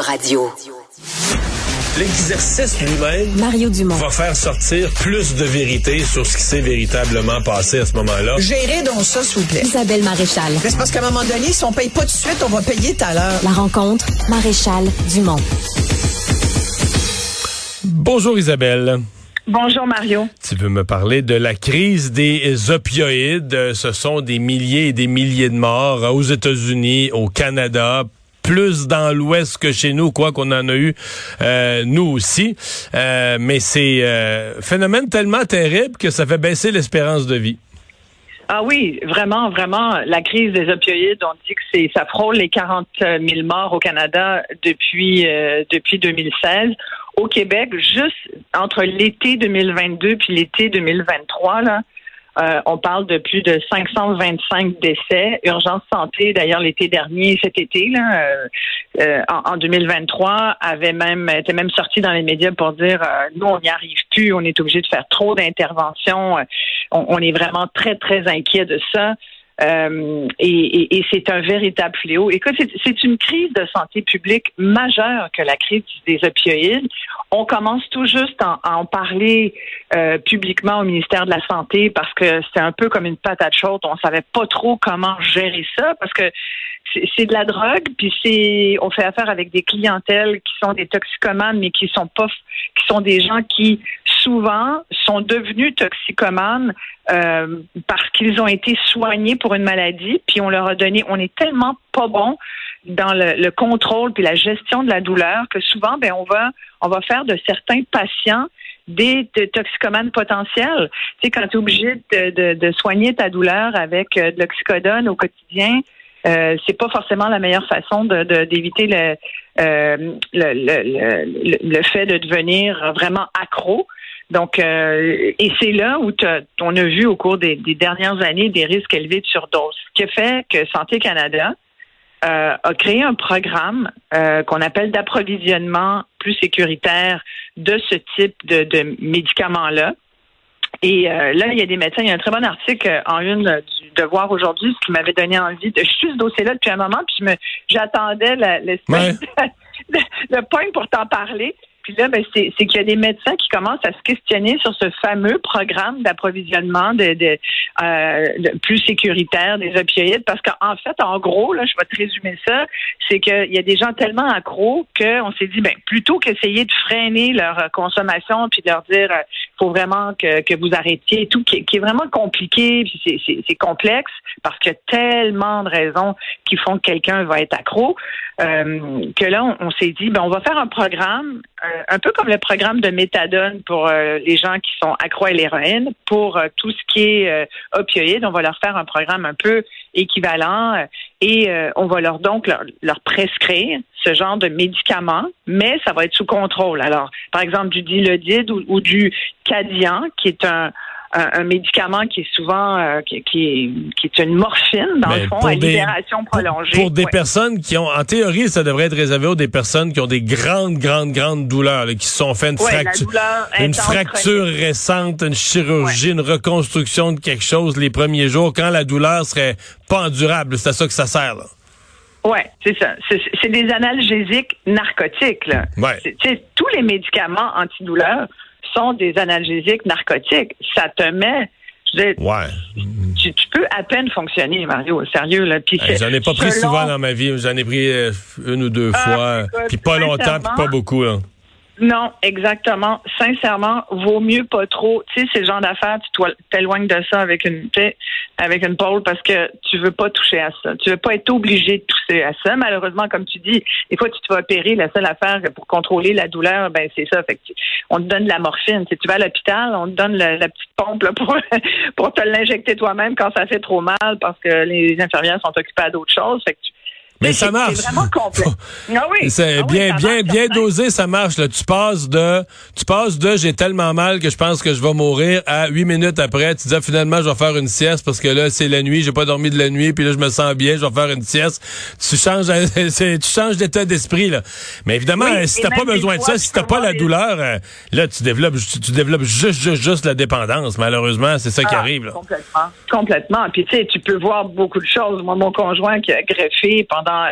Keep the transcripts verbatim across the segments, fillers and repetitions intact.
Radio. L'exercice lui-même Mario Dumont va faire sortir plus de vérité sur ce qui s'est véritablement passé à ce moment-là. Gérez donc ça, s'il vous plaît. Isabelle Maréchal. Mais c'est parce qu'à un moment donné, si on paye pas tout de suite, on va payer tout à l'heure. La rencontre, Maréchal Dumont. Bonjour Isabelle. Bonjour Mario. Tu veux me parler de la crise des opioïdes. Ce sont des milliers et des milliers de morts aux États-Unis, au Canada, plus dans l'Ouest que chez nous, quoi qu'on en a eu, euh, nous aussi. Euh, mais c'est euh, phénomène tellement terrible que ça fait baisser l'espérance de vie. Ah oui, vraiment, vraiment, la crise des opioïdes, on dit que c'est ça frôle les quarante mille morts au Canada depuis euh, depuis deux mille seize. Au Québec, juste entre l'été deux mille vingt-deux puis l'été deux mille vingt-trois, là, Euh, on parle de plus de cinq cent vingt-cinq décès. Urgence Santé, d'ailleurs, l'été dernier, cet été, là, euh, euh, en, en deux mille vingt-trois, avait même était même sorti dans les médias pour dire euh, nous, on n'y arrive plus, on est obligé de faire trop d'interventions. On, on est vraiment très, très inquiet de ça. Euh, et, et, et c'est un véritable fléau. Écoute, c'est, c'est une crise de santé publique majeure que la crise des opioïdes. On commence tout juste à, à en parler euh, publiquement au ministère de la Santé parce que c'est un peu comme une patate chaude. On savait pas trop comment gérer ça parce que c'est, c'est de la drogue, puis c'est on fait affaire avec des clientèles qui sont des toxicomanes, mais qui sont pas, qui sont des gens qui souvent sont devenus toxicomanes euh, parce qu'ils ont été soignés pour une maladie, puis on leur a donné, on est tellement pas bon dans le, le contrôle puis la gestion de la douleur que souvent, ben on va on va faire de certains patients des de toxicomanes potentiels. Tu sais, quand tu es obligé de, de, de soigner ta douleur avec euh, de l'oxycodone au quotidien, euh, c'est pas forcément la meilleure façon de, de d'éviter le, euh, le, le, le le fait de devenir vraiment accro. Donc, euh, et c'est là où on a vu au cours des, des dernières années des risques élevés de surdose. Ce qui a fait que Santé Canada euh, a créé un programme euh, qu'on appelle d'approvisionnement plus sécuritaire de ce type de, de médicaments-là. Et euh, là, il y a des médecins, il y a un très bon article en une du Devoir aujourd'hui, ce qui m'avait donné envie de... Je suis ce dossier-là depuis un moment, puis je me, j'attendais la, l'espèce ouais. de, de, de point pour t'en parler. Puis là, ben, c'est, c'est qu'il y a des médecins qui commencent à se questionner sur ce fameux programme d'approvisionnement de, de, euh, de plus sécuritaire des opioïdes, parce qu'en fait, en gros, là, je vais te résumer ça, c'est qu'il y a des gens tellement accros qu'on s'est dit, ben, plutôt qu'essayer de freiner leur consommation, puis de leur dire, il euh, faut vraiment que, que vous arrêtiez et tout, qui, qui est vraiment compliqué, puis c'est, c'est, c'est complexe, parce qu'il y a tellement de raisons qui font que quelqu'un va être accro, euh, que là, on, on s'est dit, ben, on va faire un programme, euh, un peu comme le programme de méthadone pour euh, les gens qui sont accros à l'héroïne, pour euh, tout ce qui est euh, opioïdes, on va leur faire un programme un peu équivalent euh, et euh, on va leur donc leur, leur prescrire ce genre de médicaments, mais ça va être sous contrôle. Alors, par exemple, du Dilaudid ou, ou du Cadian, qui est un Un, un médicament qui est souvent euh, qui, qui, est, qui est une morphine dans Mais le fond à des, libération prolongée. Pour, pour des ouais. personnes qui ont, en théorie, ça devrait être réservé aux des personnes qui ont des grandes, grandes, grandes douleurs, là, qui se sont fait une, ouais, fracture, douleur une fracture chronique. récente, une chirurgie, ouais. une reconstruction de quelque chose les premiers jours, quand la douleur serait pas endurable. C'est à ça que ça sert, là. Ouais, c'est ça. C'est, c'est des analgésiques narcotiques, là. Ouais. C'est, tu sais, tous les médicaments antidouleurs sont des analgésiques narcotiques. Ça te met... Je veux dire, ouais. tu, tu peux à peine fonctionner, Mario, sérieux. Là. Puis hey, j'en ai pas pris selon... souvent dans ma vie. J'en ai pris euh, une ou deux ah, fois. écoute, puis pas longtemps, puis pas beaucoup. Là. Non, exactement. Sincèrement, vaut mieux pas trop. Tu sais, c'est le genre d'affaires, tu t'éloignes de ça avec une, avec une pôle parce que tu veux pas toucher à ça. Tu veux pas être obligé de toucher à ça. Malheureusement, comme tu dis, des fois, tu te vas opérer. La seule affaire pour contrôler la douleur, ben c'est ça. Fait que tu, on te donne de la morphine. Tu, sais, tu vas à l'hôpital, on te donne la, la petite pompe là, pour, pour te l'injecter toi-même quand ça fait trop mal parce que les infirmières sont occupées à d'autres choses. Fait que tu, Mais ça marche. C'est vraiment complet. Ah oui. C'est ah bien, oui, bien, bien dosé, ça marche. Là. Tu passes de, tu passes de, j'ai tellement mal que je pense que je vais mourir à huit minutes après. Tu dis, ah, finalement, je vais faire une sieste parce que là, c'est la nuit, j'ai pas dormi de la nuit, puis là, je me sens bien, je vais faire une sieste. Tu changes, c'est, tu changes d'état d'esprit, là. Mais évidemment, oui, si t'as pas besoin de ça, si t'as pas la douleur, euh, là, tu développes, tu, tu développes juste, juste, juste la dépendance. Malheureusement, c'est ça ah, qui arrive, là. Complètement. Complètement. Puis, tu sais, tu peux voir beaucoup de choses. Moi, mon conjoint qui a greffé pendant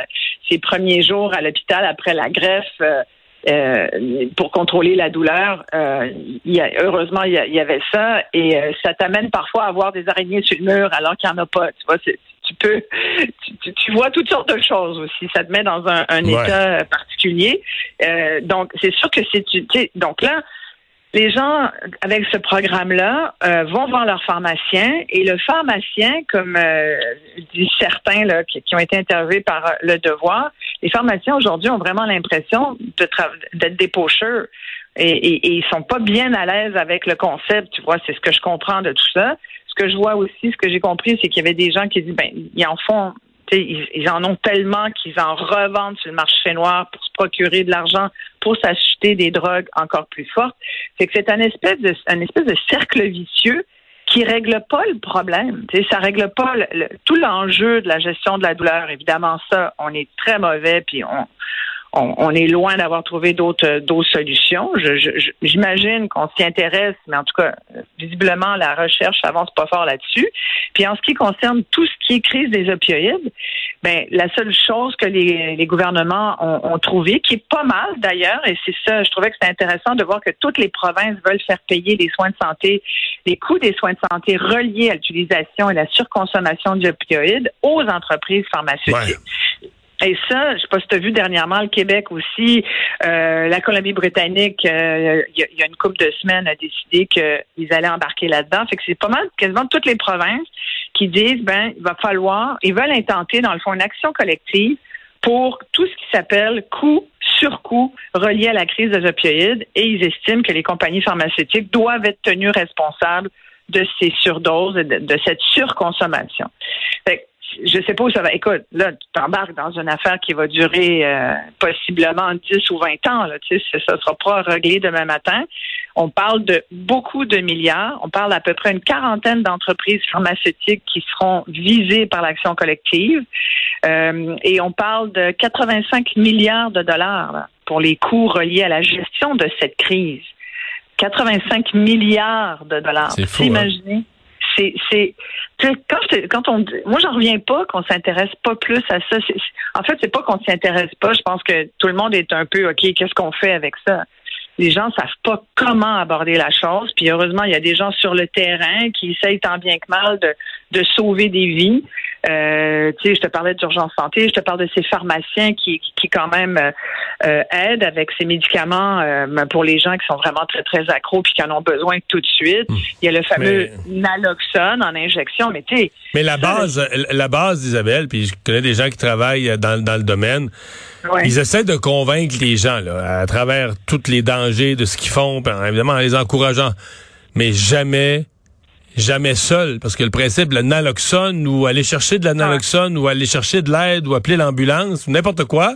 ses premiers jours à l'hôpital après la greffe euh, euh, pour contrôler la douleur. Euh, il y a, heureusement, il y, a, il y avait ça. Et euh, ça t'amène parfois à avoir des araignées sur le mur alors qu'il n'y en a pas. Tu vois, c'est, tu peux, tu, tu vois toutes sortes de choses aussi. Ça te met dans un, un ouais. état particulier. Euh, donc, c'est sûr que c'est... Tu sais, donc là, les gens, avec ce programme-là, euh, vont voir leur pharmacien et le pharmacien, comme euh, disent certains là, qui, qui ont été interviewés par euh, Le Devoir, les pharmaciens aujourd'hui ont vraiment l'impression de tra- d'être des pocheurs et, et, et ils sont pas bien à l'aise avec le concept. Tu vois, c'est ce que je comprends de tout ça. Ce que je vois aussi, ce que j'ai compris, c'est qu'il y avait des gens qui disent, ben, ils en font... Ils, ils en ont tellement qu'ils en revendent sur le marché noir pour se procurer de l'argent, pour s'acheter des drogues encore plus fortes. C'est que c'est un espèce de, un espèce de cercle vicieux qui règle pas le problème. T'sais, ça règle pas le, le, tout l'enjeu de la gestion de la douleur. Évidemment, ça, on est très mauvais, puis on, on, on est loin d'avoir trouvé d'autres, d'autres solutions. Je, je, j'imagine qu'on s'y intéresse, mais en tout cas, visiblement, la recherche avance pas fort là-dessus. Puis en ce qui concerne tout ce qui est crise des opioïdes, ben la seule chose que les, les gouvernements ont, ont trouvé, qui est pas mal d'ailleurs, et c'est ça, je trouvais que c'était intéressant de voir que toutes les provinces veulent faire payer les soins de santé, les coûts des soins de santé reliés à l'utilisation et la surconsommation d'opioïdes aux entreprises pharmaceutiques. Ouais. Et ça, je sais pas si tu as vu dernièrement, le Québec aussi, euh, la Colombie-Britannique, euh, il y, y a une couple de semaines, a décidé qu'ils allaient embarquer là-dedans. Fait que c'est pas mal quasiment toutes les provinces qui disent, ben, il va falloir, ils veulent intenter, dans le fond, une action collective pour tout ce qui s'appelle coût sur coût relié à la crise des opioïdes, et ils estiment que les compagnies pharmaceutiques doivent être tenues responsables de ces surdoses et de, de cette surconsommation. Fait que, je sais pas où ça va. Écoute, là, tu t'embarques dans une affaire qui va durer euh, possiblement dix ou vingt ans. Là, tu sais, ça ne sera pas réglé demain matin. On parle de beaucoup de milliards. On parle d'à peu près une quarantaine d'entreprises pharmaceutiques qui seront visées par l'action collective. Euh, et on parle de quatre-vingt-cinq milliards de dollars là, pour les coûts reliés à la gestion de cette crise. quatre-vingt-cinq milliards de dollars. C'est fou, imaginez? Hein? C'est, c'est, quand, quand on, moi, j'en reviens pas qu'on s'intéresse pas plus à ça. C'est, en fait, c'est pas qu'on s'y intéresse pas. Je pense que tout le monde est un peu, OK, qu'est-ce qu'on fait avec ça? Les gens savent pas comment aborder la chose. Puis heureusement, il y a des gens sur le terrain qui essayent tant bien que mal de, de sauver des vies. Euh, tu sais, je te parlais d'urgence santé, je te parle de ces pharmaciens qui, qui, qui quand même euh, aident avec ces médicaments euh, pour les gens qui sont vraiment très, très accros puis qui en ont besoin tout de suite. Mmh. Il y a le fameux mais... naloxone en injection, mais tu sais... Mais la base, ça, la base, Isabelle, puis je connais des gens qui travaillent dans, dans le domaine, ouais. Ils essaient de convaincre les gens là, à travers tous les dangers de ce qu'ils font, évidemment en les encourageant, mais jamais... Jamais seul, parce que le principe, le naloxone, ou aller chercher de la naloxone, ou aller chercher de l'aide, ou appeler l'ambulance, ou n'importe quoi,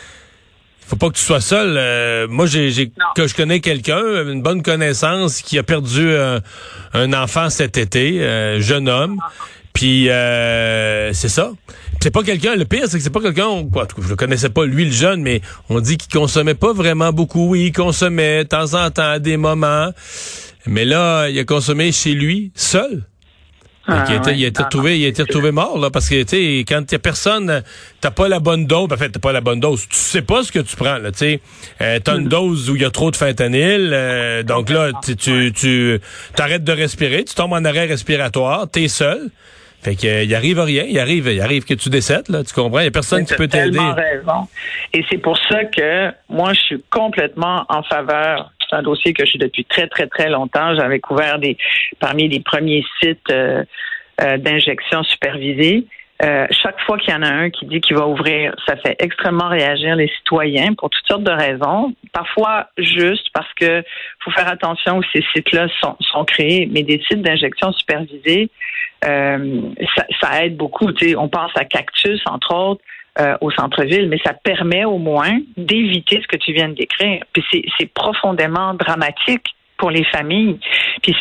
il faut pas que tu sois seul. Euh, moi, j'ai, j'ai que je connais quelqu'un, une bonne connaissance, qui a perdu euh, un enfant cet été, euh, jeune homme, puis euh, c'est ça. C'est pas quelqu'un, le pire, c'est que c'est pas quelqu'un, quoi, je le connaissais pas, lui, le jeune, mais on dit qu'il consommait pas vraiment beaucoup. Oui, il consommait de temps en temps, à des moments. Mais là, il a consommé chez lui, seul. Ah, il a été, ouais, il a été retrouvé, il a été retrouvé mort, là, parce que, tu sais, quand il y a personne, t'as pas la bonne dose, en fait, t'as pas la bonne dose. Tu sais pas ce que tu prends, là, tu sais. Euh, t'as une dose où il y a trop de fentanyl, euh, donc là, tu, tu, tu, t'arrêtes de respirer, tu tombes en arrêt respiratoire, t'es seul. Fait que, euh, il arrive rien, il arrive, il arrive que tu décèdes, là, tu comprends? Il y a personne qui peut t'aider. Raison. Et c'est pour ça que, moi, je suis complètement en faveur. C'est un dossier que je suis depuis très, très, très longtemps. J'avais couvert des parmi les premiers sites euh, euh, d'injection supervisée. Euh, chaque fois qu'il y en a un qui dit qu'il va ouvrir, ça fait extrêmement réagir les citoyens pour toutes sortes de raisons. Parfois juste parce que faut faire attention où ces sites-là sont, sont créés, mais des sites d'injection supervisée, euh, ça, ça aide beaucoup. Tu sais, on pense à Cactus, entre autres. Euh, au centre-ville, mais ça permet au moins d'éviter ce que tu viens de décrire. Puis c'est, c'est profondément dramatique pour les familles. Puis c'est,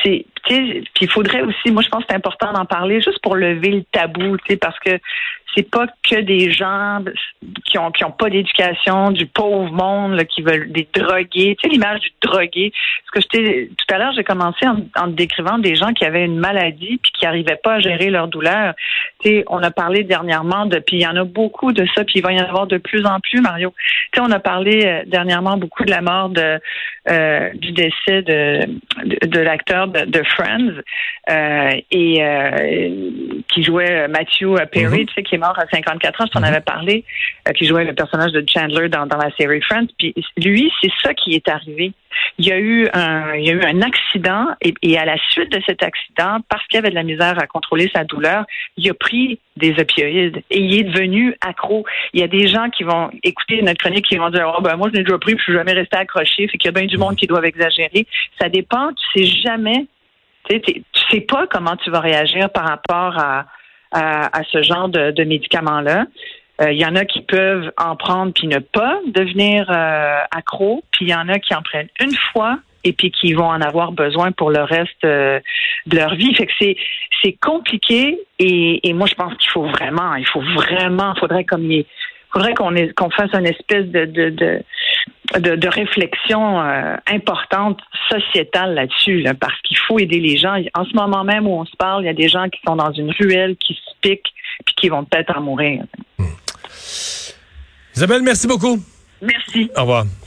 puis il faudrait aussi, moi je pense que c'est important d'en parler juste pour lever le tabou, tu sais, parce que c'est pas que des gens qui ont qui ont pas d'éducation, du pauvre monde là, qui veulent des drogués. Tu sais l'image du drogué. Parce que j'étais tout à l'heure, j'ai commencé en, en décrivant des gens qui avaient une maladie puis qui n'arrivaient pas à gérer leur douleur. Tu sais, on a parlé dernièrement de, puis il y en a beaucoup de ça, puis il va y en avoir de plus en plus, Mario. Tu sais, on a parlé euh, dernièrement beaucoup de la mort de euh, du décès de de, de l'acteur de, de Friends euh, et euh, qui jouait Matthew Perry, mm-hmm. tu sais, qui est mort à cinquante-quatre ans, je t'en avais parlé, euh, qui jouait le personnage de Chandler dans, dans la série Friends. Puis lui, c'est ça qui est arrivé. Il y a eu un, il y a eu un accident et, et à la suite de cet accident, parce qu'il y avait de la misère à contrôler sa douleur, il a pris des opioïdes et il est devenu accro. Il y a des gens qui vont écouter notre chronique qui vont dire oh ben moi je l'ai déjà pris puis je suis jamais resté accroché, fait qu'il y a bien du monde qui doivent exagérer. Ça dépend, tu sais jamais, tu sais, tu sais pas comment tu vas réagir par rapport à à, à ce genre de, de médicaments-là. Il euh, y en a qui peuvent en prendre puis ne pas devenir euh, accros, puis il y en a qui en prennent une fois et puis qui vont en avoir besoin pour le reste euh, de leur vie. Fait que c'est c'est compliqué et, et moi je pense qu'il faut vraiment, il faut vraiment, faudrait comme il faudrait qu'on ait, qu'on fasse une espèce de de de de, de réflexion euh, importante sociétale là-dessus, là, parce qu'il faut aider les gens. En ce moment même où on se parle, il y a des gens qui sont dans une ruelle, qui se piquent puis qui vont peut-être en mourir. Isabelle, merci beaucoup. Merci. Au revoir.